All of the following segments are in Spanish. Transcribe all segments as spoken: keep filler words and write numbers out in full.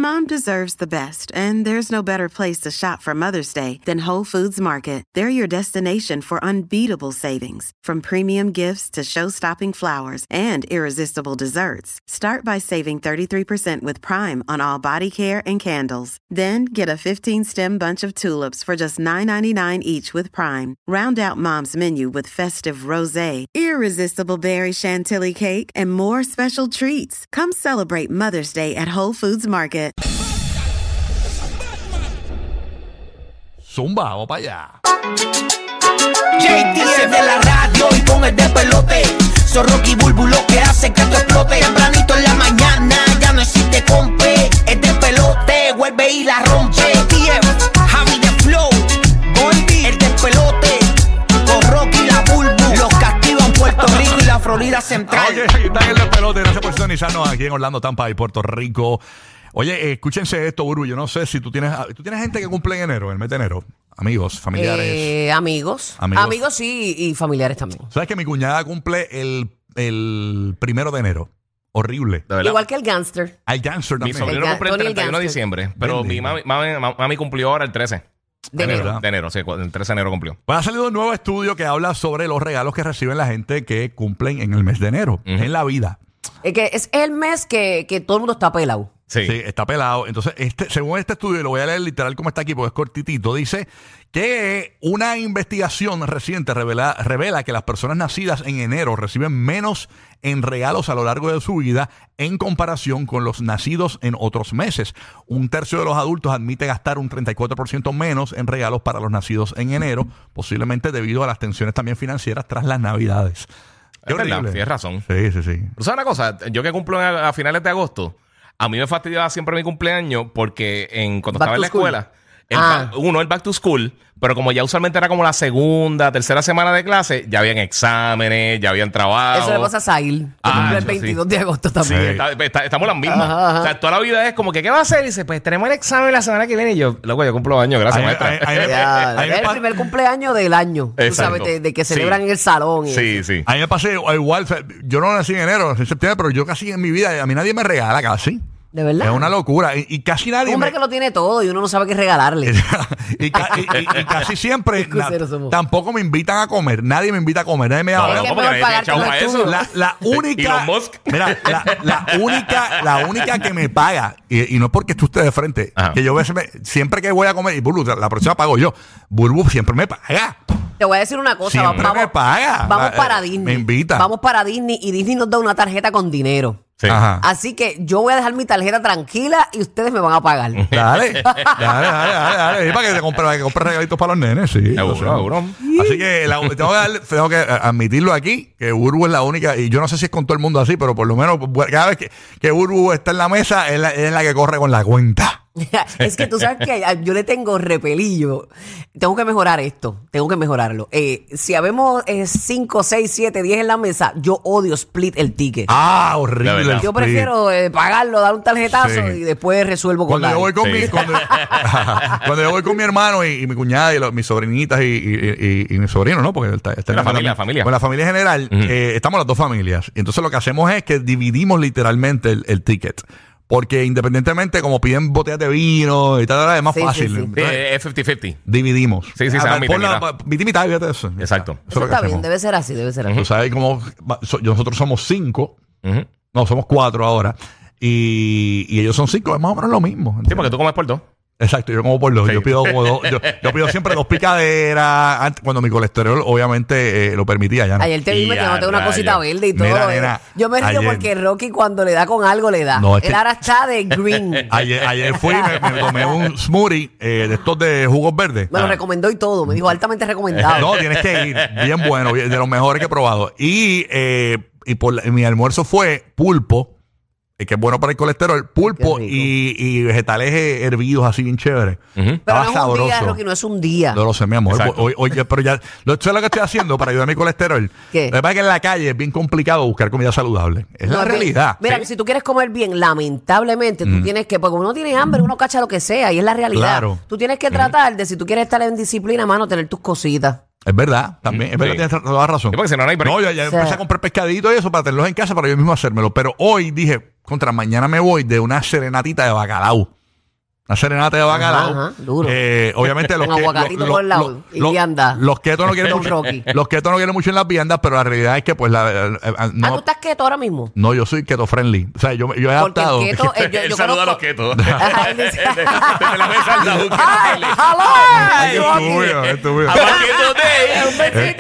Mom deserves the best, and there's no better place to shop for Mother's Day than Whole Foods Market. They're your destination for unbeatable savings, from premium gifts to show-stopping flowers and irresistible desserts. Start by saving thirty-three percent with Prime on all body care and candles. Then get a fifteen-stem bunch of tulips for just nine ninety-nine each with Prime. Round out Mom's menu with festive rosé, irresistible berry chantilly cake, and more special treats. Come celebrate Mother's Day at Whole Foods Market. Zumba, vamos para allá. J T es de la radio y con el de pelote. Son Rocky Bulbu lo que hace que esto explote. Tempranito en la mañana ya no existe compe. Es de pelote, vuelve y la rompe. J T F, Javi de Flow, Goldie, el de pelote. Con Rocky y la Bulbu los castigan Puerto Rico y la Florida Central. Oye, aquí está el de pelote. Gracias por sintonizarnos aquí en Orlando, Tampa y Puerto Rico. Oye, eh, escúchense esto, Burbu. Yo no sé si tú tienes tú tienes gente que cumple en enero, en el mes de enero. Amigos, familiares. Eh, amigos. Amigos. Amigos sí, y familiares también. ¿Sabes que mi cuñada cumple el, el primero de enero? Horrible. Igual que el gangster. Hay gangster Mi también. sobrino El cumple el Tony el treinta y uno de gangster. diciembre, pero Bendito. mi mami, mami, mami cumplió ahora el trece. De Es enero. verdad. De enero, sí, el trece de enero cumplió. Pues ha salido un nuevo estudio que habla sobre los regalos que reciben la gente que cumplen en el mes de enero, Ujú. en la vida. Es que es el mes que, que todo el mundo está pelado. Sí. Sí, está pelado. Entonces, este, según este estudio, y lo voy a leer literal como está aquí porque es cortitito, dice que una investigación reciente revela, revela que las personas nacidas en enero reciben menos en regalos a lo largo de su vida en comparación con los nacidos en otros meses. Un tercio de los adultos admite gastar un treinta y cuatro por ciento menos en regalos para los nacidos en enero, posiblemente debido a las tensiones también financieras tras las Navidades. Qué Es verdad, horrible. tienes razón. Sí, sí, sí. ¿Tú sabes una cosa? Yo que cumplo a, a finales de agosto, a mí me fastidiaba siempre mi cumpleaños porque en, cuando Back estaba en to la school. escuela, el Ah. ba- uno, el back to school, pero como ya usualmente era como la segunda, tercera semana de clase, ya habían exámenes, ya habían trabajo. Eso le pasa a Sahil, que Ah, cumple el eso sí. veintidós de agosto Sí, también. está- está- estamos las mismas. Ajá, ajá. O sea, toda la vida es como que, ¿qué va a hacer? Y dice, pues tenemos el examen la semana que viene. Y yo, loco, yo cumplo años, gracias, Ahí- maestra. ahí- ahí- Ya, ahí me es el pa- primer cumpleaños del año, tú Exacto. sabes, de, de que Sí. celebran en el salón. Y sí, eso. sí. A mí me pasé igual, o sea, yo no nací en enero, nací en septiembre, pero yo casi en mi vida, a mí nadie me regala casi. De verdad. Es una locura. Y, y casi nadie Un hombre me... que lo tiene todo y uno no sabe qué regalarle. y, ca- y- y- y casi siempre Qué cruceros na- somos. tampoco me invitan a comer. Nadie me invita a comer. Nadie me da No, Es no, que es porque mejor nadie pagarte tiene chavo un para estudio. eso. La, la única, Elon Musk. mira, la, la única, la única que me paga, y, y no es porque esté usted de frente, Ajá. que yo a veces me- siempre que voy a comer, y Burbu, la próxima pago yo, Burbu siempre me paga. Te voy a decir una cosa. Siempre vamos, me paga. Vamos La- para eh, Disney. me invita. Vamos para Disney y Disney nos da una tarjeta con dinero. Sí. Ajá. Así que yo voy a dejar mi tarjeta tranquila y ustedes me van a pagar. Dale, dale, dale, dale, dale. Y para que te compre, para que compre regalitos para los nenes, sí. Seguro, o sea. seguro. Así que la- tengo, que darle- tengo que admitirlo aquí, que Burbu es la única, y yo no sé si es con todo el mundo así, pero por lo menos cada vez que, que Burbu está en la mesa, es la, es la que corre con la cuenta. Es que tú sabes que yo le tengo repelillo. Tengo que mejorar esto. Tengo que mejorarlo. Eh, si habemos cinco, seis, siete, diez en la mesa, yo odio split el ticket. Ah, De horrible. verdad. el Yo split. prefiero eh, pagarlo, dar un tarjetazo Sí. y después resuelvo con Cuando yo Larry. voy con Sí. mi cuando, cuando yo voy con mi hermano y, y mi cuñada y los- mis sobrinitas y, y, y, y mi sobrino, ¿no? Porque está, está en La familia, también. la familia. Con la familia general, Ujú. eh, estamos las dos familias. Y entonces lo que hacemos es que dividimos literalmente el, el ticket. Porque independientemente, como piden botellas de vino y tal, es más Sí, sí, fácil. sí. Sí, Entonces, es cincuenta cincuenta. dividimos. Sí, sí, Ah, se dan mitad, pon la- mitad. mitad y mitad, fíjate de eso. Exacto. Eso es Eso lo que está bien, hacemos. debe ser así, debe ser así. Tú sabes cómo va- so- nosotros somos cinco, Ujú. no, somos cuatro ahora, y, y ellos son cinco, es más o menos lo mismo. Sí, ¿entiendes? porque tú comes por dos. Exacto, yo como por dos. Sí. Yo pido como dos. Yo, yo pido siempre dos picaderas. Antes, cuando mi colesterol obviamente eh, lo permitía ya. ¿no? Ayer te vi Y metiéndote a una cosita rayos. verde y todo. Mira, eh. nena, Yo me río ayer- porque Rocky cuando le da con algo le da. No, es Él que- ahora está de green. Ayer, ayer fui y me, me tomé un smoothie eh, de estos de jugos verdes. Me lo Ah. recomendó y todo. Me dijo altamente recomendado. No, tienes que ir. Bien bueno, bien- de los mejores que he probado. Y, eh, y por la- mi almuerzo fue pulpo, eh, que es bueno para el colesterol, pulpo Qué rico. y, y vegetales eh, hervidos así bien chévere. Ujú. Pero Estaba no es un día, sabroso. Rocky, no es un día. No lo sé, mi amor. Exacto. Oye, oye, pero ya, lo, ¿sabes lo que estoy haciendo para ayudar a mi colesterol? ¿Qué? Lo que pasa es que en la calle es bien complicado buscar comida saludable. Es No, la es que- realidad. Mira, Sí. si tú quieres comer bien, lamentablemente tú tienes que, porque uno tiene hambre, uno cacha lo que sea, y es la realidad. Claro. Tú tienes que tratar de, si tú quieres estar en disciplina, mano, tener tus cositas. Es verdad, también. Es verdad, Sí. tienes toda la razón. Sí, porque si no, no hay break. No, ya, ya O sea- empecé a comprar pescadito y eso para tenerlos en casa para yo mismo hacérmelo. Pero hoy dije, contra mañana me voy de una serenatita de bacalao. Una serenata de bacalao. Ajá, ajá, duro. Eh, obviamente los Un que aguacatito lo- por el lo- lado y lo- vianda. Los keto no quieren Don mucho. Rocky. Los keto no quieren mucho en las viandas, pero la realidad es que pues la, eh, eh, ah, no, ¿tú estás keto ahora mismo? no, yo soy keto friendly. O sea, yo, yo he Porque adaptado. el keto, eh, yo, Él yo saluda a los conozco... ketos. Ajá, él dice- Desde la mesa al lado. un keto ¡Ay, friendly. Ay, qué hello! estúpido, qué estúpido. Ama keto day. Un besito.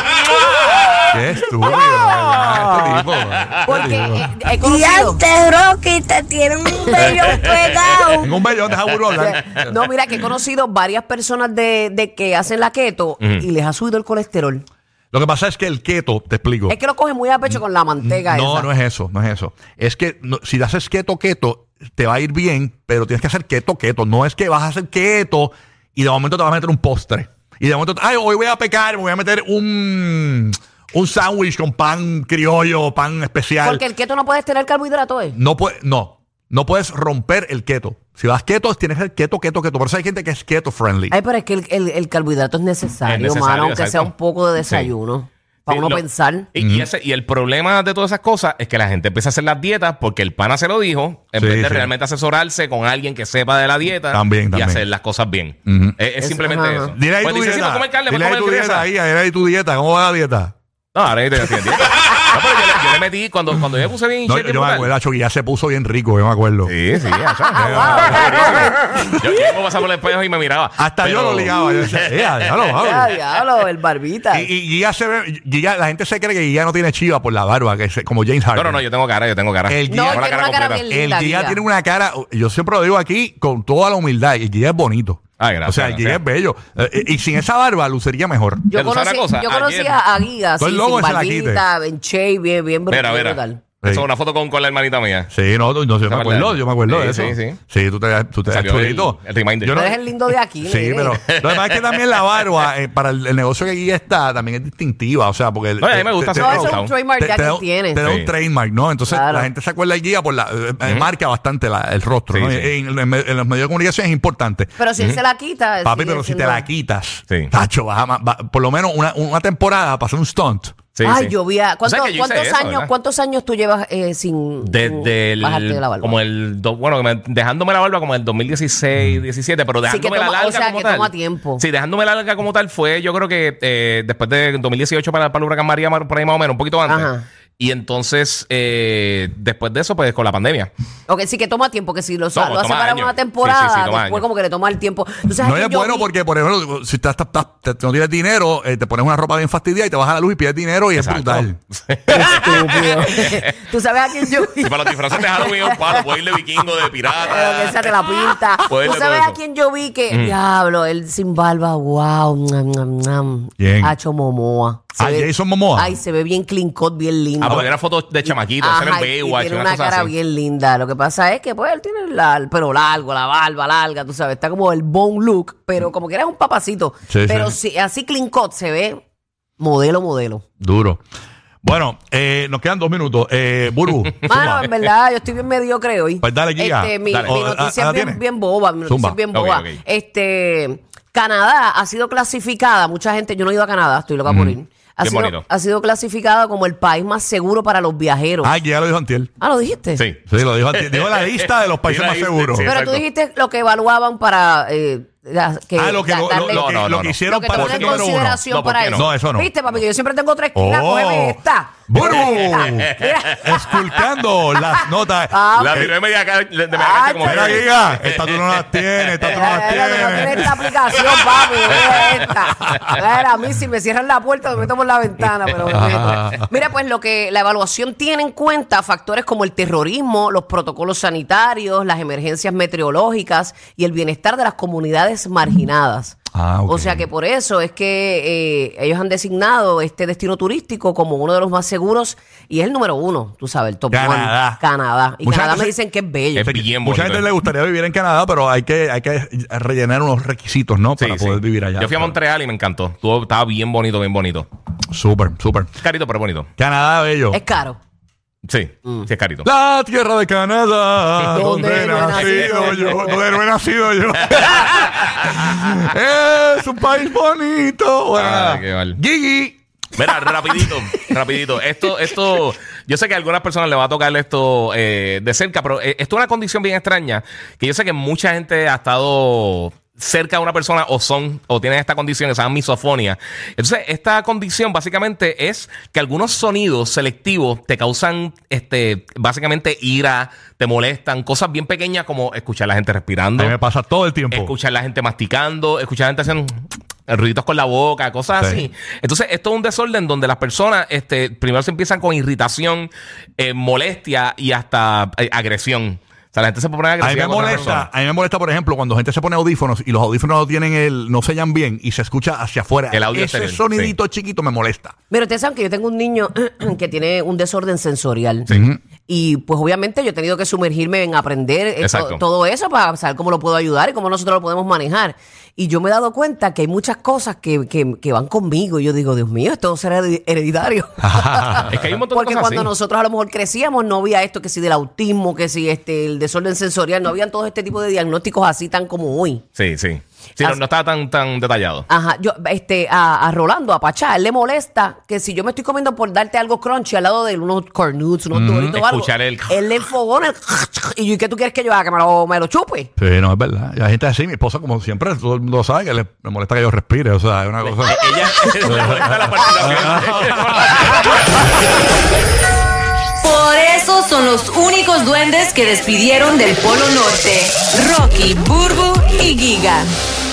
Qué estúpido. de verdad, este tipo. Porque Este tipo. eh, he Y conocido... antes, Rocky, te tiene un bello pegado. Tengo un bellón, deja burro hablar. No, mira, que he conocido varias personas de, de que hacen la keto y les ha subido el colesterol. Lo que pasa es que el keto, te explico. Es que lo cogen muy a pecho con la manteca No, esa. no es eso, no es eso. Es que no- si haces keto, keto, te va a ir bien, pero tienes que hacer keto, keto. No es que vas a hacer keto y de momento te vas a meter un postre. Y de momento, ay, hoy voy a pecar, me voy a meter un, un sándwich con pan criollo, pan especial. Porque el keto no puedes tener carbohidratos, ¿eh? No, puede, no, no puedes romper el keto. Si vas keto, tienes que ser keto, keto, keto. Por eso hay gente que es keto friendly. Ay, pero es que el, el- el carbohidrato es necesario, Es necesario, mano, aunque exacto. sea un poco de Sí. desayuno. Para Sí, uno lo- pensar. Y, y ese, y el problema de todas esas cosas es que la gente empieza a hacer las dietas porque el pana se lo dijo, en Sí, vez de sí. realmente asesorarse con alguien que sepa de la dieta También, y también. hacer las cosas bien. Ujú. Es, es Eso, simplemente ajá. eso. Dile ahí Pues tu dice, sí, dieta. pues comer carne, pues Dile ahí comer tu dieta grasa. ahí, dile ahí tu dieta. ¿Cómo va la dieta? No, ahora yo estoy haciendo dieta. No, pero yo, le, yo le metí, cuando, cuando yo me puse bien No, shake, yo me brutal. acuerdo, Chucky, ya se puso bien rico, yo me acuerdo. Sí, sí, ya Yo yo me pasaba por el espejo y me miraba. Hasta Pero- yo lo ligaba. Yo decía, "Ea, ya lo Ya, hago". diablo, el barbita. Y, y Giga se ve, Giga- la gente se cree que Giga no tiene chiva por la barba, que se- como James Harden. No, no, no, yo tengo cara, yo tengo cara. El No, Giga- tiene la cara una cara completa. bien linda. El Giga Giga. tiene una cara, yo siempre lo digo aquí con toda la humildad, el Giga es bonito. Ay, gracias, O sea, el Giga gracias. es bello. Eh, y sin esa barba lucería mejor. Yo ¿Tú sabes conocí, una cosa? yo conocí Ayer- a Giga, Todo sí, el logo sin se la barbita, en shape, bien, bien Mira, bien mira. brutal. Eso Sí. es una foto con, con la hermanita mía. Sí, no, no, yo me ¿Te acuerdo, acuerdas? yo me acuerdo de Sí, eso. sí, sí. Sí, tú te, tú te Salió chulito. el- el reminder. Yo Tú no- eres el lindo de aquí, Sí, nene. pero lo demás es que también la barba, eh, para el, el negocio que aquí está, también es distintiva. O sea, porque. No, a mí me gusta te- hacer No, te- eso es un trademark te- ya te que da- tiene. Te da Sí. un trademark, ¿no? Entonces Claro. la gente se acuerda del guía por la. eh, eh, marca bastante la- el rostro, Sí, ¿no? sí. En, en- en los medios de comunicación es importante. Pero si él se la quita. Papi, sigue pero si te siendo- la quitas, Sí. tacho, vas a ma- va- por lo menos una, una temporada para hacer un stunt. Sí, Ay, sí. yo vi a... O ¿cuánto- sea, que yo hice ¿Cuántos eso, años ¿verdad? cuántos años tú llevas eh, sin, Desde sin bajarte de la el, barba? como el, do- bueno, que me- dejándome la barba como el dos mil dieciséis, diecisiete, pero Sí, que dejándome la toma- larga o sea, como que tal. toma tiempo. Sí, dejándome la larga como tal fue, yo creo que eh, después de dos mil dieciocho para, para el huracán María, mar- por ahí más o menos, un poquito antes. Ajá. Y entonces, eh, después de eso, pues con la pandemia. Ok, sí que toma tiempo, que si lo, Toma, lo hace toma para años. una temporada, Sí, sí, sí, toma después años. como que le toma el tiempo. ¿Tú sabes No que es yo bueno vi- porque, por ejemplo, si estás, estás- estás- no tienes dinero, eh, te pones una ropa bien fastidiada y te vas a la luz y pierdes dinero y Exacto. es brutal. Estúpido. ¿Tú sabes a quién yo vi? Y para los disfraces de Halloween es un palo, puedes ir de vikingo, de Pero que pirata. esa te la pinta. Puede ¿Tú ser sabes todo a eso. quién yo vi que, diablo, él sin barba, wow, nam, nam, nam. ¿Quién? Hacho Momoa. Se Ah, ve- Jason Momoa. Ay, se ve bien clean cut, bien lindo. Ah, porque era fotos de chamaquito, Ajá, ese era en y- y Baywatch, tiene una una cosa cara así. bien linda. Lo que pasa es que, pues, él tiene la- el pelo largo, la barba larga, tú sabes. Está como el bone look, pero como que era un papacito. Sí, pero sí. si, así clean cut se ve modelo, modelo. Duro. Bueno, eh, nos quedan dos minutos. Eh, Burbu. Mano, zumba. en verdad, yo estoy bien mediocre hoy. Pues dale, Giga. Este, mi, Dale. mi O, ah, noticia ah, es bien, ¿tienes? bien boba. Mi noticia Zumba. es bien Ok, boba. ok. Este, Canadá ha sido clasificada, mucha gente, yo no he ido a Canadá, estoy loca por ir. Ha Bien sido, bonito. ha sido clasificada como el país más seguro para los viajeros. Ah, ya lo dijo Antiel. Ah, ¿lo dijiste? Sí. Sí, lo dijo Antiel. Dijo la lista de los países Dijo la más lista, seguros. sí. Pero Exacto. tú dijiste lo que evaluaban para... Eh, la- que, Ah, lo que, da- lo, darle- lo- lo que, No, no, lo no, que no. hicieron lo que para pone ser en número uno. consideración No, ¿por para qué eso. no? No, eso no. ¿Viste, papi? Que yo siempre tengo tres esquinas, Oh. cógeme esta. Burbu. Mira. Esculcando las notas. Ah, La Eh, tiré de media, ca- de media Ah, cancha como Mira, Ferry. Giga, esta tú no las tienes, esta tú no las Mira, mira, mira, mira tienes. esta aplicación, papi. Mira esta. Mira, a mí si me cierran la puerta me meto por la ventana, pero me meto. Mira, pues lo que la evaluación tiene en cuenta factores como el terrorismo, los protocolos sanitarios, las emergencias meteorológicas y el bienestar de las comunidades marginadas. Ah, ok. O sea que por eso es que eh, ellos han designado este destino turístico como uno de los más seguros y es el número uno, tú sabes, el top Canadá. one. Canadá. Y Mucha Canadá gente me se- dicen que es bello. Es bien Mucha bonito. gente le gustaría vivir en Canadá, pero hay que, hay que rellenar unos requisitos, ¿no? Sí, Para sí. poder vivir allá. Yo fui a Montreal y me encantó. Estuvo- estaba bien bonito, bien bonito. Súper, súper. Carito, pero bonito. Canadá, bello. Es caro. Sí, sí es carito. La tierra de Canadá, Donde donde he no he nacido nacido yo, yo. donde no he nacido yo. Es un país bonito. Bueno, Ah, nada. qué mal. Gigi, Mira, rapidito, rapidito. Esto, esto, yo sé que a algunas personas le va a tocar esto eh, de cerca, pero eh, esto es una condición bien extraña que yo sé que mucha gente ha estado cerca de una persona o son o tienen esta condición que se llama misofonia. Entonces, esta condición básicamente es que algunos sonidos selectivos te causan este básicamente ira, te molestan, cosas bien pequeñas como escuchar a la gente respirando. A mí me pasa todo el tiempo. Escuchar a la gente masticando, escuchar a la gente haciendo ruiditos con la boca, cosas Sí. así. Entonces, esto es un desorden donde las personas este, primero se empiezan con irritación, eh, molestia y hasta eh, agresión. O sea, la gente se pone A mí agresiva me con otra molesta, persona. a mí me molesta, por ejemplo, cuando gente se pone audífonos y los audífonos no tienen el, no sellan bien y se escucha hacia afuera. El audio Ese exterior, sonidito chiquito me molesta. Mira, ustedes saben que yo tengo un niño que tiene un desorden sensorial. Y pues obviamente yo he tenido que sumergirme en aprender eh, Exacto. to- todo eso para saber cómo lo puedo ayudar y cómo nosotros lo podemos manejar. Y yo me he dado cuenta que hay muchas cosas que, que, que van conmigo. Y yo digo, Dios mío, esto será heredi- hereditario. Es que hay un montón de Porque cosas cuando así. nosotros a lo mejor crecíamos no había esto que si del autismo, que si este el desorden sensorial, no habían todo este tipo de diagnósticos así tan como hoy. Sí, sí. Sí, no, Así- no estaba tan, tan detallado. Ajá, yo, este, a, a Rolando, a Pachá, él le molesta que si yo me estoy comiendo por darte algo crunchy al lado de él, unos corn nuts, unos doritos o algo, escuchar el- él le enfogona el y yo, ¿qué tú quieres que yo haga? Que me lo, me lo chupe. Sí, no, es verdad. Y hay gente así, mi esposa, como siempre, todo el mundo sabe que le, me molesta que yo respire. O sea, es una cosa. Ella le molesta la participación. Por eso son los únicos duendes que despidieron del Polo Norte. Rocky, Burbu y Giga.